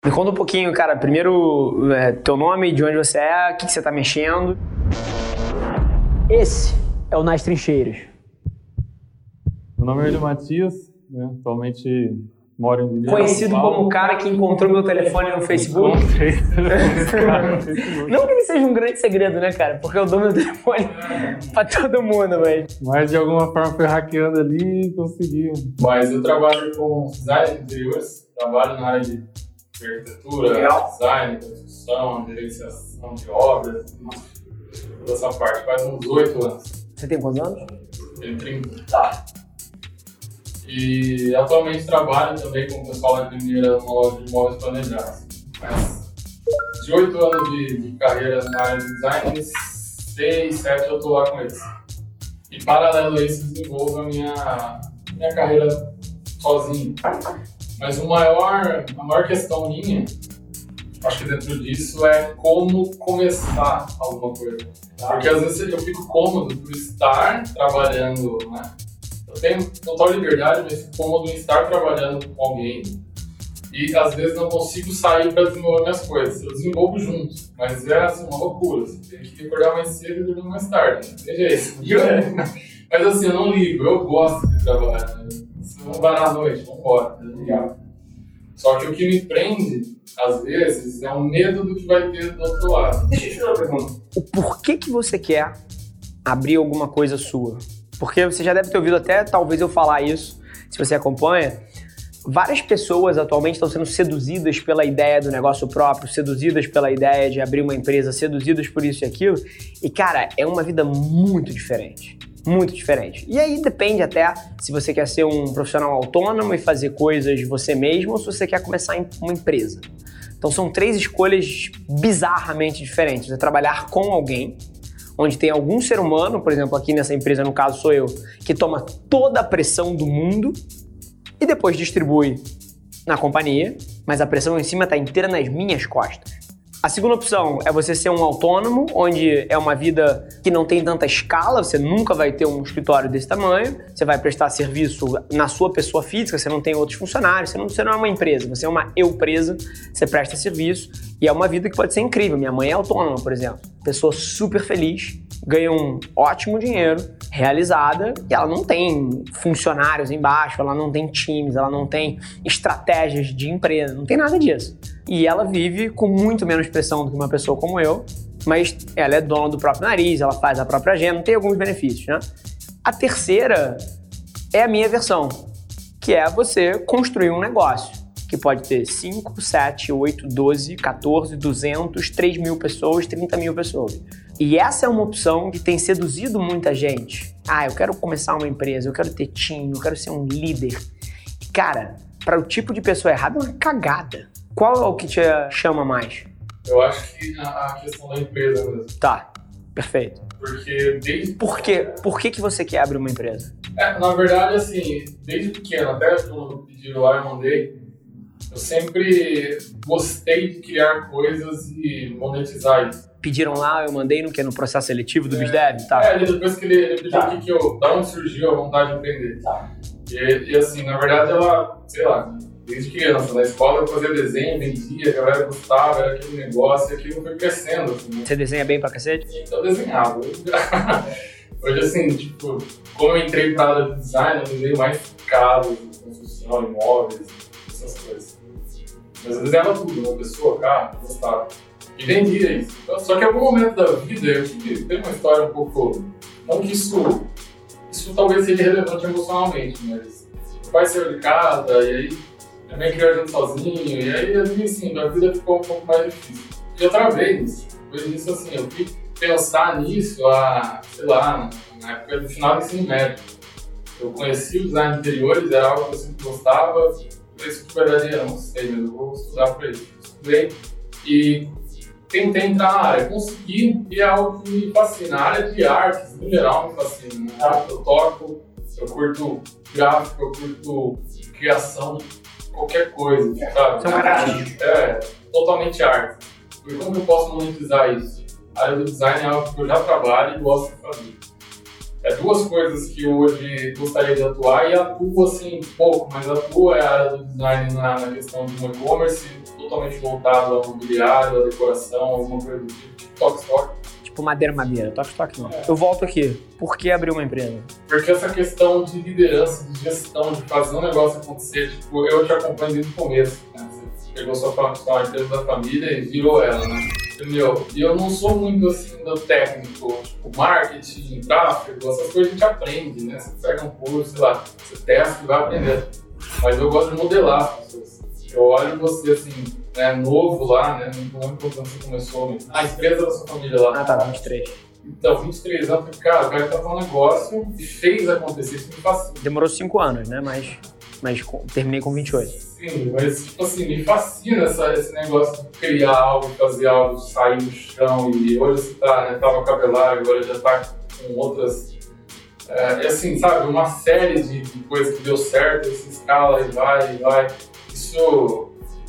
Me conta um pouquinho, cara, primeiro teu nome, de onde você é, o que você tá mexendo. Esse é o Nas Trincheiras. Meu nome é Hélio Matias, né? Atualmente moro em Minas. Conhecido como o cara que encontrou meu telefone no Facebook. Não que ele seja um grande segredo, né, cara? Porque eu dou meu telefone pra todo mundo, velho. Mas de alguma forma foi hackeando ali e consegui. Mas eu trabalho com design de interiores, trabalho na área de arquitetura, design, construção, gerenciação de obras, toda essa parte. Faz uns 8 anos. Você tem quantos anos? Tenho 30. Tá. E atualmente trabalho também com o pessoal da Primeira numa loja de móveis planejados. Mas de 8 anos de carreira na área de design, 6, 7 eu tô lá com eles. E paralelo a isso, desenvolvo a minha carreira sozinho. Mas a maior questão minha, acho que dentro disso, é como começar alguma coisa. Porque às vezes eu fico cômodo por estar trabalhando, né? Eu tenho total liberdade, mas fico cômodo em estar trabalhando com alguém. E às vezes não consigo sair para desenvolver minhas coisas. Eu desenvolvo junto, mas é assim, uma loucura. Você tem que acordar mais cedo e dormir mais tarde. Não tem jeito. Mas assim, eu não ligo, eu gosto de trabalhar. Né? Vamos parar à noite, vamos embora. Só que o que me prende, às vezes, é o medo do que vai ter do outro lado. Deixa eu te fazer uma pergunta. O porquê que você quer abrir alguma coisa sua? Porque você já deve ter ouvido até, talvez eu falar isso, se você acompanha. Várias pessoas atualmente estão sendo seduzidas pela ideia do negócio próprio, seduzidas pela ideia de abrir uma empresa, seduzidas por isso e aquilo. E, cara, é uma vida muito diferente. Muito diferente. E aí depende até se você quer ser um profissional autônomo e fazer coisas de você mesmo ou se você quer começar uma empresa. Então são 3 escolhas bizarramente diferentes. Você trabalhar com alguém, onde tem algum ser humano, por exemplo, aqui nessa empresa, no caso sou eu, que toma toda a pressão do mundo e depois distribui na companhia, mas a pressão em cima está inteira nas minhas costas. A segunda opção é você ser um autônomo, onde é uma vida que não tem tanta escala, você nunca vai ter um escritório desse tamanho, você vai prestar serviço na sua pessoa física, você não tem outros funcionários, você não é uma empresa, você é uma eu-presa, você presta serviço e é uma vida que pode ser incrível. Minha mãe é autônoma, por exemplo, pessoa super feliz, ganha um ótimo dinheiro, realizada, e ela não tem funcionários embaixo, ela não tem times, ela não tem estratégias de empresa, não tem nada disso. E ela vive com muito menos pressão do que uma pessoa como eu, mas ela é dona do próprio nariz, ela faz a própria agenda, tem alguns benefícios, né? A terceira é a minha versão, que é você construir um negócio, que pode ter 5, 7, 8, 12, 14, 200, 3 mil pessoas, 30 mil pessoas. E essa é uma opção que tem seduzido muita gente. Ah, eu quero começar uma empresa, eu quero ter time, eu quero ser um líder. E, cara, para o tipo de pessoa errada é uma cagada. Qual é o que te chama mais? Eu acho que a questão da empresa mesmo. Tá, perfeito. Porque desde... Por que você quer abrir uma empresa? Na verdade, assim, desde pequeno, até quando pediram lá, eu mandei, eu sempre gostei de criar coisas e monetizar isso. Pediram lá, eu mandei no que? No processo seletivo do BizDev? Tá. Depois que ele pediu da onde surgiu a vontade de empreender. Tá. E assim, na verdade, ela, sei lá, desde criança, na escola eu fazia desenho, vendia, a galera gostava, era aquele negócio, e aquilo foi crescendo. Assim, né? Você desenha bem pra cacete? Então eu desenhava. Hoje, assim, tipo, como eu entrei pra área de design, eu desenho mais casas, construção, imóveis, essas coisas. Mas eu desenhava tudo, uma pessoa, carro, gostava. E vendia isso. Só que em algum momento da vida eu tive que ter uma história um pouco... Não que isso talvez seja relevante emocionalmente, mas meu pai saiu de casa, e aí minha mãe criou a gente sozinho, e aí assim, a vida ficou um pouco mais difícil. E eu travei nisso. Depois disso, assim, eu fui pensar nisso, sei lá, na época do final do ensino médio. Eu conheci o design de interiores, era algo que eu sempre gostava, isso que verdade eu não sei, mas eu vou estudar pra isso. Estudei e tentei entrar na área, consegui, e é algo que me fascina. A área de artes, no geral, me fascina. Né? Eu toco, eu curto gráfico, eu curto criação, qualquer coisa, sabe? Você é um cara artístico. Totalmente arte. E como eu posso monetizar isso? A área do design é algo que eu já trabalho e gosto de fazer. É 2 coisas que eu hoje gostaria de atuar e atuo assim pouco, mas atuo é a área do design na questão de um e-commerce totalmente voltado ao mobiliário, à decoração, alguma coisa do tipo toque-toque. Tipo madeira, toque-toque não. Eu volto aqui. Por que abrir uma empresa? Porque essa questão de liderança, de gestão, de fazer um negócio acontecer, tipo, eu te acompanho desde o começo, né? Você pegou sua empresa da família e virou ela, né? Entendeu? E eu não sou muito assim do técnico, tipo, marketing, tráfego, essas coisas a gente aprende, né? Você pega um curso, sei lá, você testa e vai aprender. Mas eu gosto de modelar as pessoas. Eu olho você assim, né, novo lá, né? Não lembro quando você começou, a empresa da sua família lá. Ah, tá, 23. Então, 23 anos, cara, o cara tá falando um negócio e fez acontecer, isso me fascina. Demorou 5 anos, né? Mas terminei com 28. Sim, mas tipo assim, me fascina esse negócio de criar algo, fazer algo, sair do chão e hoje você tá, né, tava cabelar, agora já tá com outras, assim, sabe, uma série de coisas que deu certo, você escala e vai. Isso,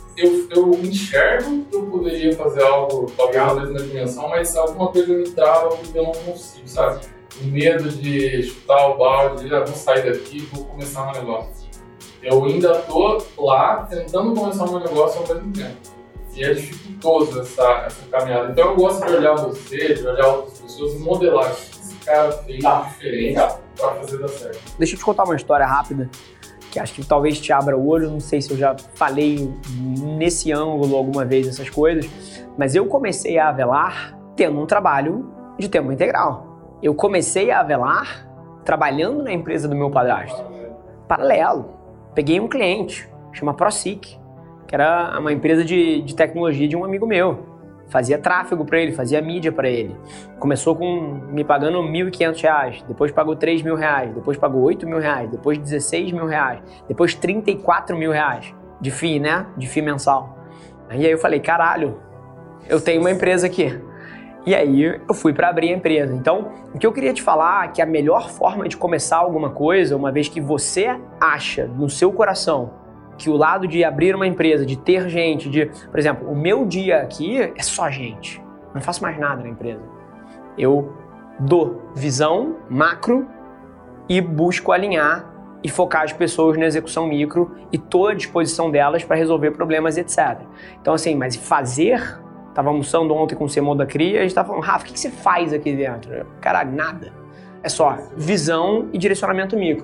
eu enxergo que eu poderia fazer algo, talvez na mesma dimensão, mas alguma coisa me trava porque eu não consigo, sabe? O medo de chutar o balde, vou sair daqui e vou começar um negócio. Eu ainda tô lá tentando começar um negócio ao mesmo tempo. E é dificultoso essa caminhada. Então eu gosto de olhar você, de olhar outras pessoas e modelar o que esse cara fez diferente para fazer dar certo. Deixa eu te contar uma história rápida, que acho que talvez te abra o olho. Não sei se eu já falei nesse ângulo alguma vez essas coisas, mas eu comecei a Avelar tendo um trabalho de tempo integral. Eu comecei a Avelar trabalhando na empresa do meu padrasto. Paralelo. Peguei um cliente, chama ProSeek, que era uma empresa de tecnologia de um amigo meu. Fazia tráfego para ele, fazia mídia para ele. Começou me pagando R$1.500, depois pagou R$3.000, depois pagou R$8.000, depois R$16.000, depois R$34.000 de FII, né? De FII mensal. E aí eu falei, caralho, eu tenho uma empresa aqui. E aí eu fui para abrir a empresa. Então, o que eu queria te falar é que a melhor forma de começar alguma coisa, uma vez que você acha no seu coração que o lado de abrir uma empresa, de ter gente, por exemplo, o meu dia aqui é só gente. Não faço mais nada na empresa. Eu dou visão macro e busco alinhar e focar as pessoas na execução micro e estou à disposição delas para resolver problemas, etc. Então, assim, mas fazer... Tava almoçando ontem com o CMO da CRI, a gente tava falando, Rafa, o que você faz aqui dentro? Caralho, nada. É só visão e direcionamento micro,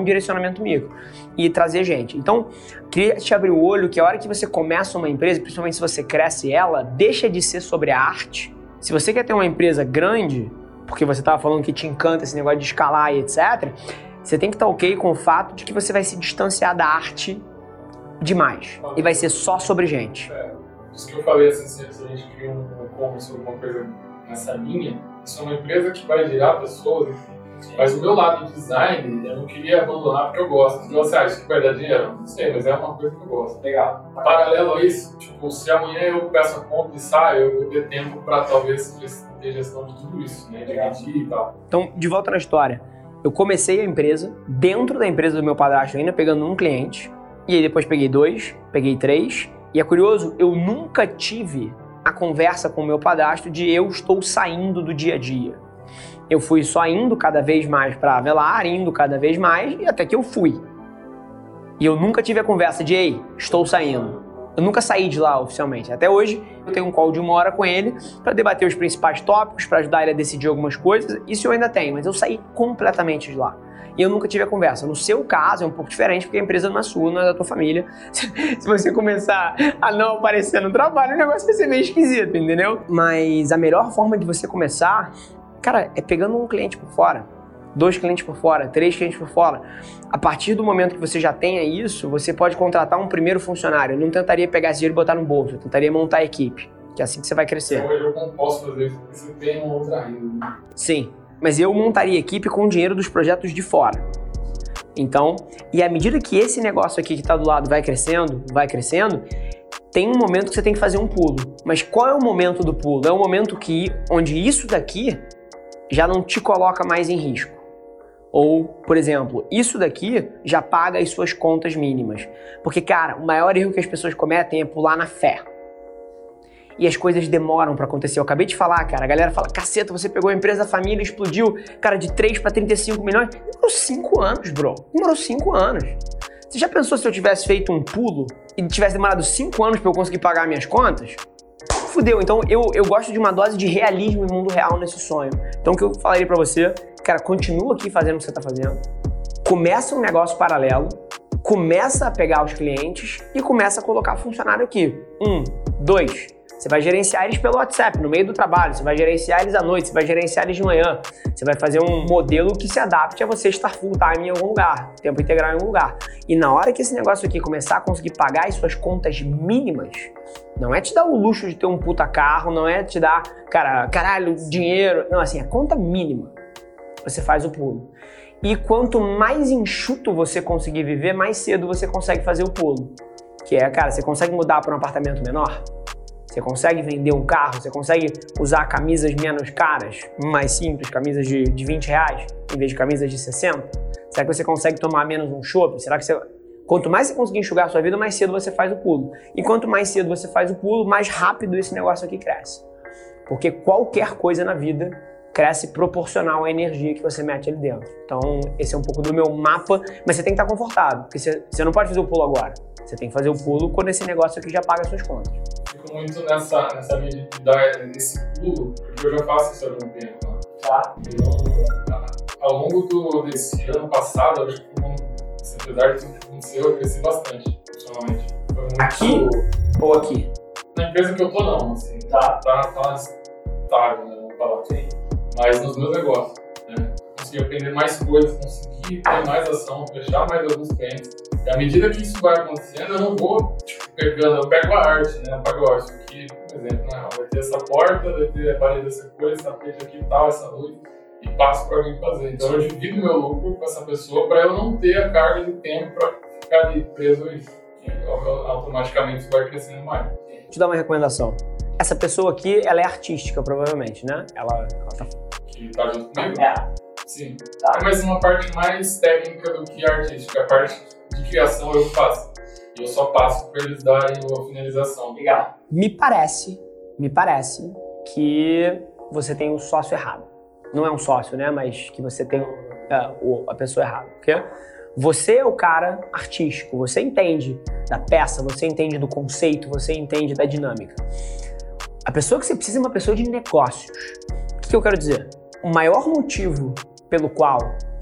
e trazer gente. Então, queria te abrir o olho que a hora que você começa uma empresa, principalmente se você cresce ela, deixa de ser sobre a arte. Se você quer ter uma empresa grande, porque você tava falando que te encanta esse negócio de escalar e etc., você tem que estar ok com o fato de que você vai se distanciar da arte demais. E vai ser só sobre gente. Isso que eu falei, assim, se a gente cria um e-commerce ou alguma coisa nessa linha, isso é uma empresa que vai gerar pessoas, mas o meu lado de design, eu não queria abandonar porque eu gosto. Então, você acha que vai dar dinheiro? Não sei, mas é uma coisa que eu gosto. Legal. Paralelo a isso, tipo, se amanhã eu peço a conta e saio, eu vou ter tempo para talvez ter gestão de tudo isso, né, de garantir e tal. Então, de volta na história, eu comecei a empresa, dentro da empresa do meu padrasto, ainda pegando um cliente, e aí depois peguei 2, peguei 3, e é curioso, eu nunca tive a conversa com o meu padrasto de eu estou saindo do dia a dia. Eu fui só indo cada vez mais para Avelar, indo cada vez mais, e até que eu fui. E eu nunca tive a conversa de, ei, estou saindo. Eu nunca saí de lá oficialmente. Até hoje, eu tenho um call de 1 hora com ele para debater os principais tópicos, para ajudar ele a decidir algumas coisas. Isso eu ainda tenho, mas eu saí completamente de lá. E eu nunca tive a conversa. No seu caso, é um pouco diferente, porque a empresa não é sua, não é da tua família. Se você começar a não aparecer no trabalho, o negócio vai ser meio esquisito, entendeu? Mas a melhor forma de você começar, cara, é pegando um cliente por fora, 2 clientes por fora, 3 clientes por fora. A partir do momento que você já tenha isso, você pode contratar um primeiro funcionário. Eu não tentaria pegar esse dinheiro e botar no bolso, eu tentaria montar a equipe, que é assim que você vai crescer. Hoje eu não posso fazer isso, porque você tem uma outra renda. Sim. Mas eu montaria equipe com o dinheiro dos projetos de fora. Então, e à medida que esse negócio aqui que está do lado vai crescendo, tem um momento que você tem que fazer um pulo. Mas qual é o momento do pulo? É o momento onde isso daqui já não te coloca mais em risco. Ou, por exemplo, isso daqui já paga as suas contas mínimas. Porque, cara, o maior erro que as pessoas cometem é pular na fé. E as coisas demoram pra acontecer. Eu acabei de falar, cara, a galera fala, caceta, você pegou a empresa da família, explodiu, cara, de 3 para 35 milhões. Demorou 5 anos, bro. Demorou 5 anos. Você já pensou se eu tivesse feito um pulo e tivesse demorado 5 anos para eu conseguir pagar minhas contas? Fudeu. Então eu gosto de uma dose de realismo e mundo real nesse sonho. Então o que eu falaria para você, cara, continua aqui fazendo o que você tá fazendo, começa um negócio paralelo, começa a pegar os clientes e começa a colocar funcionário aqui. 1, 2... Você vai gerenciar eles pelo WhatsApp, no meio do trabalho, você vai gerenciar eles à noite, você vai gerenciar eles de manhã, você vai fazer um modelo que se adapte a você estar full time em algum lugar, tempo integral em algum lugar. E na hora que esse negócio aqui começar a conseguir pagar as suas contas mínimas, não é te dar o luxo de ter um puta carro, não é te dar, caralho, dinheiro, não, assim, a conta mínima, você faz o pulo. E quanto mais enxuto você conseguir viver, mais cedo você consegue fazer o pulo. Que é, cara, você consegue mudar para um apartamento menor? Você consegue vender um carro? Você consegue usar camisas menos caras, mais simples, camisas de 20 reais, em vez de camisas de 60? Será que você consegue tomar menos um chopp? Será que você... Quanto mais você conseguir enxugar a sua vida, mais cedo você faz o pulo. E quanto mais cedo você faz o pulo, mais rápido esse negócio aqui cresce. Porque qualquer coisa na vida cresce proporcional à energia que você mete ali dentro. Então, esse é um pouco do meu mapa, mas você tem que estar confortável, porque você não pode fazer o pulo agora. Você tem que fazer o pulo quando esse negócio aqui já paga as suas contas. Fico muito nessa linha de dar esse pulo, porque eu já faço isso há algum tempo. Né? Tá. Então, ao longo desse ano passado, eu acho que apesar de tudo que aconteceu, eu cresci bastante, profissionalmente. Aqui ou aqui? Na empresa que eu tô, não. Assim, tá estável, né? Vamos falar assim. Mas nos meus negócios, né? Consegui aprender mais coisas, consegui ter mais ação, fechar mais alguns clientes. E à medida que isso vai acontecendo, eu não vou pegando, eu pego a arte, né? Eu pego a arte aqui, por exemplo, né? Vai ter essa porta, vai ter a parede dessa cor, essa parede aqui e tal, essa luz, e passo para alguém fazer. Então eu divido meu lucro com essa pessoa para eu não ter a carga de tempo para ficar ali preso e automaticamente isso vai crescendo mais. Vou te dar uma recomendação. Essa pessoa aqui, ela é artística, provavelmente, né? Ela tá... Que tá junto comigo? É. Sim. Tá. É mais uma parte mais técnica do que artística. A parte de criação eu faço. E eu só passo para eles darem a finalização. Legal. Me parece que você tem um sócio errado. Não é um sócio, né? Mas que você tem a pessoa errada. Porque você é o cara artístico. Você entende da peça, você entende do conceito, você entende da dinâmica. A pessoa que você precisa é uma pessoa de negócios. O que eu quero dizer? O maior motivo pelo qual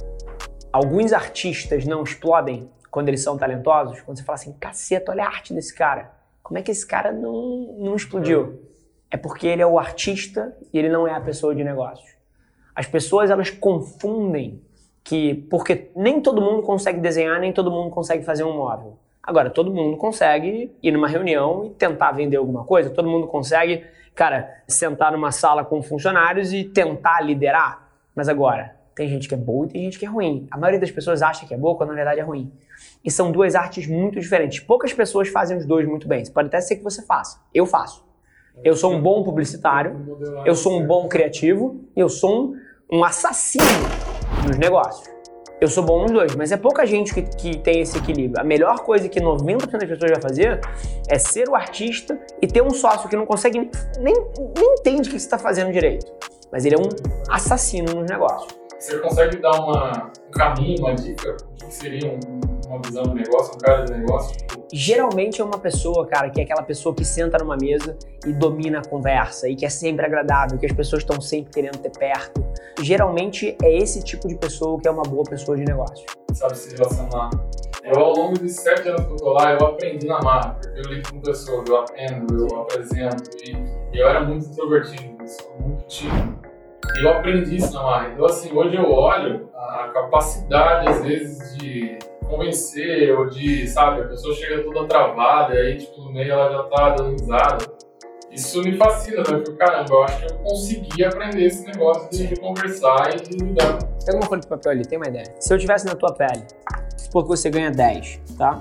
alguns artistas não explodem quando eles são talentosos, quando você fala assim, caceta, olha a arte desse cara. Como é que esse cara não explodiu? É porque ele é o artista e ele não é a pessoa de negócios. As pessoas, elas confundem porque nem todo mundo consegue desenhar, nem todo mundo consegue fazer um móvel. Agora, todo mundo consegue ir numa reunião e tentar vender alguma coisa, todo mundo consegue, sentar numa sala com funcionários e tentar liderar. Mas agora, tem gente que é boa e tem gente que é ruim. A maioria das pessoas acha que é boa quando na verdade é ruim. E são duas artes muito diferentes. Poucas pessoas fazem os dois muito bem. Pode até ser que você faça. Eu faço. Eu sou um bom publicitário, eu sou um bom criativo e eu sou um assassino nos negócios. Eu sou bom nos dois, mas é pouca gente que tem esse equilíbrio. A melhor coisa que 90% das pessoas vai fazer é ser o artista e ter um sócio que não consegue, nem entende o que você está fazendo direito. Mas ele é um assassino nos negócios. Você consegue dar um caminho, uma dica? O que seria uma visão de negócio, um cara de negócio? Geralmente é uma pessoa, que é aquela pessoa que senta numa mesa e domina a conversa e que é sempre agradável, que as pessoas estão sempre querendo ter perto. Geralmente é esse tipo de pessoa que é uma boa pessoa de negócio. Sabe se relacionar. Eu, ao longo dos 7 anos que eu tô lá, eu aprendi na marra. Eu lido com pessoas, eu aprendo, eu apresento. E eu era muito introvertido, muito tímido. E eu aprendi isso na marra. Então, assim, hoje eu olho a capacidade, às vezes, de convencer ou de, a pessoa chega toda travada e aí, no meio ela já tá dando risada. Isso me fascina, né? Porque, caramba, eu acho que eu consegui aprender esse negócio de conversar e de lidar. Pega uma folha de papel ali, tem uma ideia. Se eu estivesse na tua pele, vamos supor que você ganha 10, tá?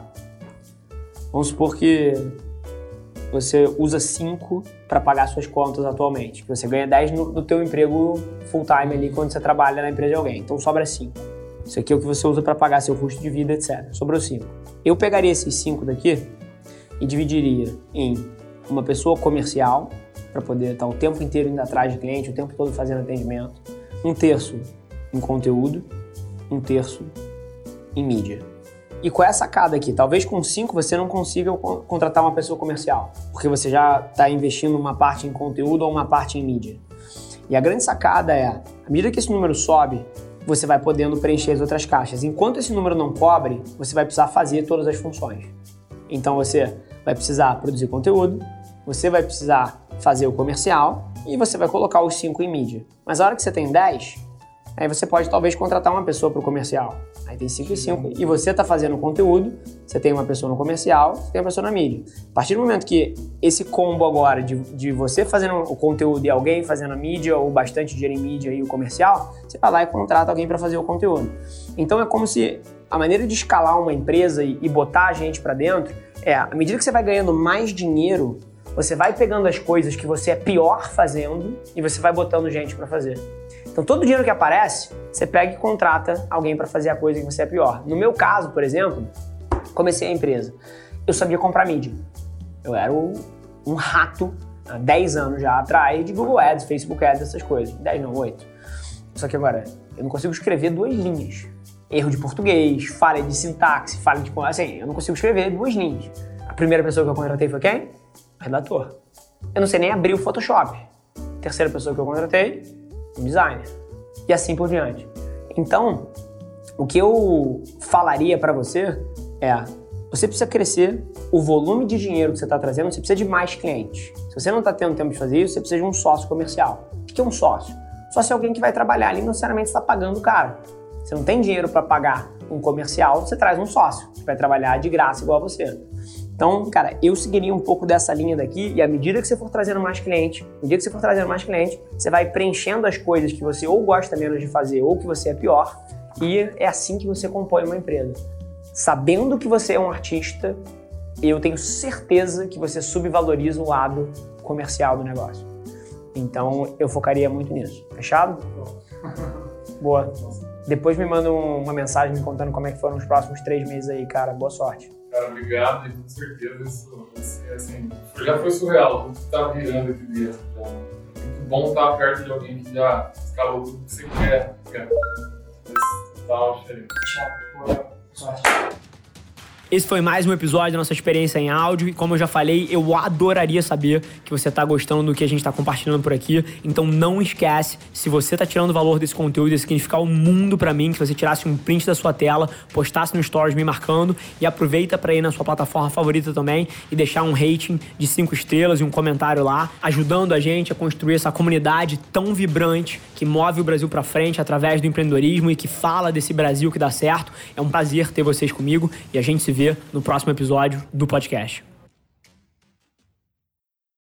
Vamos supor que você usa 5 para pagar suas contas atualmente. Que você ganha 10 no teu emprego full time ali, quando você trabalha na empresa de alguém. Então sobra 5. Isso aqui é o que você usa para pagar seu custo de vida, etc. Sobrou 5. Eu pegaria esses 5 daqui e dividiria em uma pessoa comercial, para poder estar o tempo inteiro indo atrás de cliente, o tempo todo fazendo atendimento. 1/3 em conteúdo, 1/3 em mídia. E qual é a sacada aqui? Talvez com 5 você não consiga contratar uma pessoa comercial, porque você já está investindo uma parte em conteúdo ou uma parte em mídia. E a grande sacada é, à medida que esse número sobe, você vai podendo preencher as outras caixas. Enquanto esse número não cobre, você vai precisar fazer todas as funções. Então você vai precisar produzir conteúdo, você vai precisar fazer o comercial e você vai colocar os 5 em mídia. Mas a hora que você tem 10, aí você pode talvez contratar uma pessoa para o comercial. Aí tem 5 e 5 e você está fazendo o conteúdo, você tem uma pessoa no comercial, você tem uma pessoa na mídia. A partir do momento que esse combo agora de você fazendo o conteúdo e alguém fazendo a mídia ou bastante dinheiro em mídia e o comercial, você vai lá e contrata alguém para fazer o conteúdo. Então é como se a maneira de escalar uma empresa e botar a gente para dentro é, à medida que você vai ganhando mais dinheiro, você vai pegando as coisas que você é pior fazendo e você vai botando gente para fazer. Então, todo dinheiro que aparece, você pega e contrata alguém para fazer a coisa que você é pior. No meu caso, por exemplo, comecei a empresa. Eu sabia comprar mídia. Eu era um rato, há 10 anos já atrás, de Google Ads, Facebook Ads, essas coisas. 10 não, 8. Só que agora, eu não consigo escrever 2 linhas. Erro de português, falha de sintaxe, falha de... Assim, eu não consigo escrever 2 linhas. A primeira pessoa que eu contratei foi quem? O redator. Eu não sei nem abrir o Photoshop. A terceira pessoa que eu contratei... um designer, e assim por diante. Então, o que eu falaria para você é, você precisa crescer o volume de dinheiro que você está trazendo, você precisa de mais clientes. Se você não está tendo tempo de fazer isso, você precisa de um sócio comercial. O que é um sócio? Sócio é alguém que vai trabalhar ali, não necessariamente está pagando o cara. Você não tem dinheiro para pagar um comercial, você traz um sócio, que vai trabalhar de graça igual a você. Então, cara, eu seguiria um pouco dessa linha daqui e à medida que você for trazendo mais cliente, você vai preenchendo as coisas que você ou gosta menos de fazer ou que você é pior e é assim que você compõe uma empresa. Sabendo que você é um artista, eu tenho certeza que você subvaloriza o lado comercial do negócio. Então, eu focaria muito nisso. Fechado? Boa. Depois me manda uma mensagem me contando como é que foram os próximos 3 meses aí, cara. Boa sorte. Cara, obrigado, e com certeza isso assim, já foi surreal, tudo que tá virando aqui dentro. Então, é muito bom estar perto de alguém que já escalou tudo que você quer. Total diferente. Boa sorte. Esse foi mais um episódio da nossa experiência em áudio e como eu já falei, eu adoraria saber que você tá gostando do que a gente tá compartilhando por aqui. Então não esquece, se você tá tirando valor desse conteúdo, ia significar o mundo pra mim, que você tirasse um print da sua tela, postasse no Stories me marcando e aproveita pra ir na sua plataforma favorita também e deixar um rating de 5 estrelas e um comentário lá, ajudando a gente a construir essa comunidade tão vibrante que move o Brasil pra frente através do empreendedorismo e que fala desse Brasil que dá certo. É um prazer ter vocês comigo e a gente se vê no próximo episódio do podcast.